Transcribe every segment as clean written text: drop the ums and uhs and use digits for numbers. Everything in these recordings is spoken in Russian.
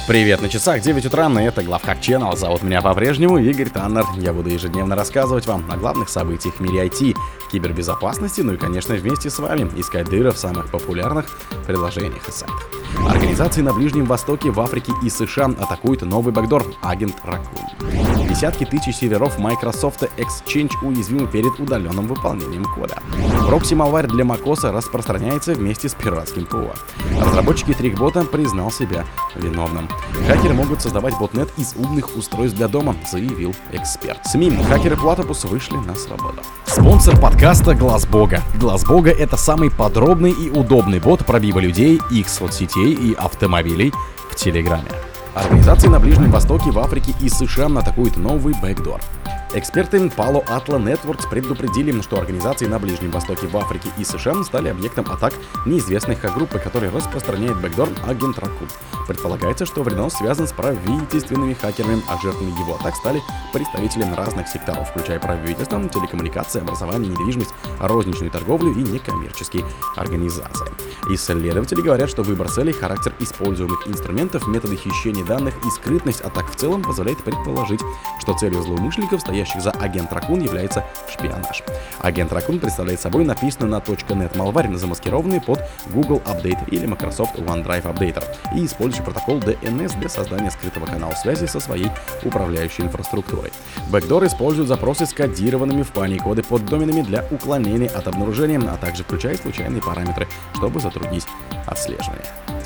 Привет, на часах 9 утра, и это Главхак Channel. Зовут меня по-прежнему Игорь Таннер. Я буду ежедневно рассказывать вам о главных событиях в мире IT, кибербезопасности, ну и, конечно, вместе с вами искать дыры в самых популярных приложениях и сайтах. Организации на Ближнем Востоке, в Африке и США атакуют новый бэкдор Agent Raccoon. Десятки тысяч серверов Microsoft Exchange уязвимы перед удаленным выполнением кода. Прокси-малварь для macOS распространяется вместе с пиратским ПО. Разработчики трикбота признал себя виновным. Хакеры могут создавать ботнет из умных устройств для дома, заявил эксперт. СМИ. Хакеры Platypus вышли на свободу. Спонсор подкаста Глаз Бога. Глаз Бога — это самый подробный и удобный бот пробива людей, их соцсетей и автомобилей в Телеграме. Организации на Ближнем Востоке, в Африке и США атакуют новый бэкдор. Эксперты Palo Alto Networks предупредили, что организации на Ближнем Востоке, в Африке и США стали объектом атак неизвестной хак-группы, которая распространяет бэкдор Agent Raccoon. Предполагается, что вредонос связан с правительственными хакерами, а жертвами его атак стали представители разных секторов, включая правительство, телекоммуникации, образование, недвижимость, розничную торговлю и некоммерческие организации. Исследователи говорят, что выбор целей, характер используемых инструментов, методы хищения данных и скрытность атак в целом позволяет предположить, что целью злоумышленников, стоящих за Agent Raccoon, является шпионаж. Agent Raccoon представляет собой написанную на .NET малварь, замаскированный под Google Update или Microsoft OneDrive Updater и использующий протокол DNS для создания скрытого канала связи со своей управляющей инфраструктурой. Бэкдор использует запросы с кодированными в пане коды под доменами для уклонения от обнаружения, а также включает случайные параметры, чтобы затруднить отслеживание.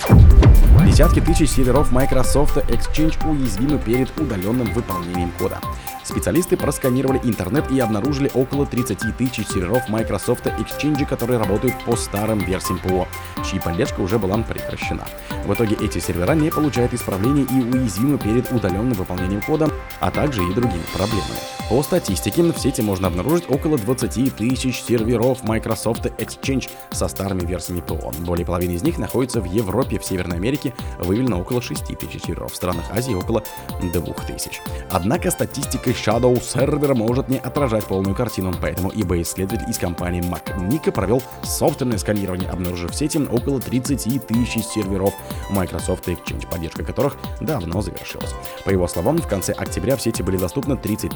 Десятки тысяч серверов Microsoft Exchange уязвимы перед удаленным выполнением кода. Специалисты просканировали интернет и обнаружили около 30 тысяч серверов Microsoft Exchange, которые работают по старым версиям ПО, чьи поддержка уже была прекращена. В итоге эти сервера не получают исправлений и уязвимы перед удаленным выполнением кода, а также и другими проблемами. По статистике, в сети можно обнаружить около 20 тысяч серверов Microsoft Exchange со старыми версиями ПО. Более половины из них находятся в Европе, в Северной Америке выявлено около 6 тысяч серверов, в странах Азии около 2000. Однако статистика Shadow Server может не отражать полную картину, поэтому исследователь из компании McNico провел собственное сканирование, обнаружив в сети около 30 тысяч серверов Microsoft Exchange, поддержка которых давно завершилась. По его словам, в конце октября в сети были доступны 30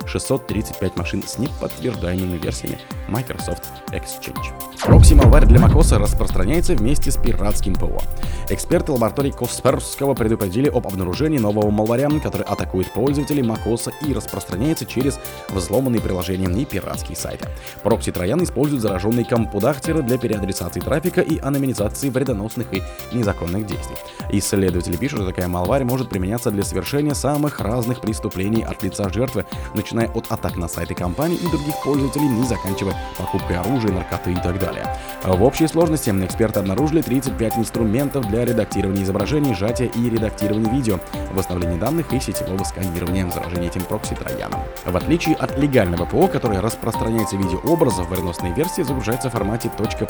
635 машин с неподтверждаемыми версиями Microsoft Exchange. Прокси-малварь для macOS распространяется вместе с пиратским ПО. Эксперты лаборатории Касперского предупредили об обнаружении нового малваря, который атакует пользователей macOS и распространяется через взломанные приложения и пиратские сайты. Прокси-троян используют зараженные компудахтеры для переадресации трафика и анонимизации вредоносных и незаконных действий. Исследователи пишут, что такая малварь может применяться для совершения самых разных преступлений от лица жертвы, начиная от атак на сайты компаний и других пользователей и заканчивая покупкой оружия, наркоты и так далее. В общей сложности эксперты обнаружили 35 инструментов для редактирования изображений, сжатия и редактирования видео, восстановления данных и сетевого сканирования заражения этим прокси-трояном. В отличие от легального ПО, которое распространяется в виде образов, вредоносные версии загружаются в формате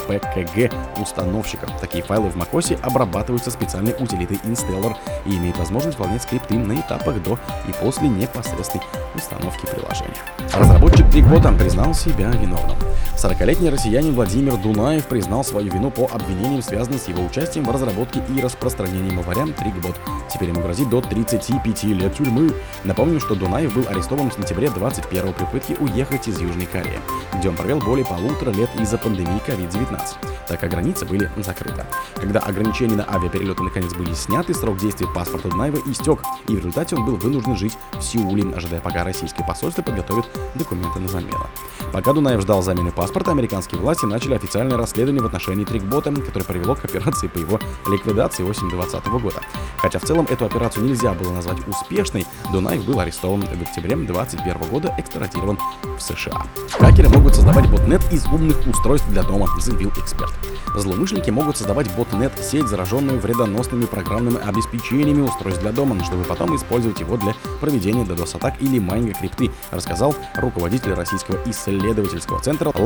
.pkg установщика. Такие файлы в macOS обрабатываются специальной утилитой Installer и имеют возможность выполнять скрипты на этапах до и после непосредственной установки приложения. Разработчик трикбота признал себя виновным. 40-летний россиянин Владимир Дунаев признал свою вину по обвинениям, связанным с его участием в разработке и распространении малваря Трикбот. Теперь ему грозит до 35 лет тюрьмы. Напомню, что Дунаев был арестован в сентябре 2021 при попытке уехать из Южной Кореи, где он провел более 1,5 лет из-за пандемии COVID-19, так как границы были закрыты. Когда ограничения на авиаперелеты наконец были сняты, срок действия паспорта Дунаева истек, и в результате он был вынужден жить в Сеуле, ожидая, пока российское посольство подготовит документы на замену. Пока Дунаев ждал замены паспорта, американские власти начали официальное расследование в отношении Трикбота, которое привело к операции по его ликвидации осенью 2020 года. Хотя в целом эту операцию нельзя было назвать успешной, Дунаев был арестован в октябре 2021 года, экстрадирован в США. Хакеры могут создавать ботнет из умных устройств для дома, заявил эксперт. Злоумышленники могут создавать ботнет-сеть, зараженную вредоносными программными обеспечениями устройств для дома, чтобы потом использовать его для проведения DDoS-атак или майнинга крипты, рассказал руководитель российского исследовательского центра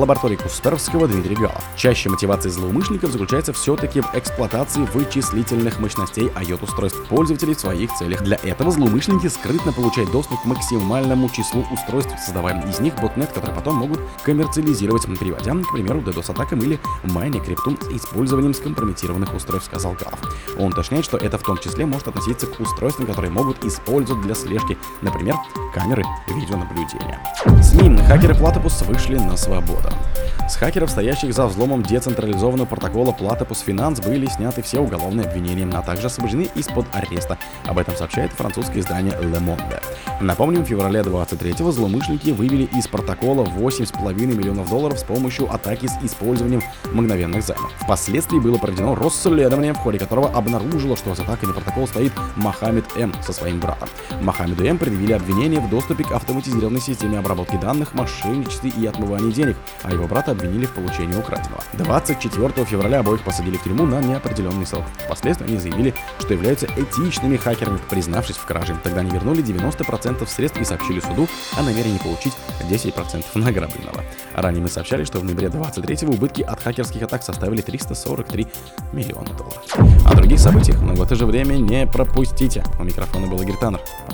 лаборатории Касперского Дмитрий Галов. Чаще мотивация злоумышленников заключается все-таки в эксплуатации вычислительных мощностей IoT-устройств пользователей в своих целях. Для этого злоумышленники скрытно получают доступ к максимальному числу устройств, создавая из них ботнет, который потом могут коммерциализировать, приводя, к примеру, DDoS-атакам или майне крипту с использованием скомпрометированных устройств, сказал Галов. Он уточняет, что это в том числе может относиться к устройствам, которые могут использовать для слежки, например, камеры видеонаблюдения. СМИ. Хакеры Platypus вышли на свободу. С хакеров, стоящих за взломом децентрализованного протокола Platypus Finance, были сняты все уголовные обвинения, а также освобождены из-под ареста. Об этом сообщает французское издание Le Monde. Напомним, в феврале 23-го злоумышленники вывели из протокола $8,5 миллионов с помощью атаки с использованием мгновенных займов. Впоследствии было проведено расследование, в ходе которого обнаружило, что за атакой на протокол стоит Мохаммед М. со своим братом. Мохаммеду М. предъявили обвинение в доступе к автоматизированной системе обработки данных, мошенничестве и отмывании денег, а его брата обвинили в получении украденного. 24 февраля обоих посадили в тюрьму на неопределенный срок. Впоследствии они заявили, что являются этичными хакерами, признавшись в краже. Тогда они вернули 90% средств и сообщили суду о намерении получить 10% награбленного. Ранее мы сообщали, что в ноябре 23-го убытки от хакерских атак составили $343 миллиона. О других событиях в это же время не пропустите. У микрофона был Игорь Таннер.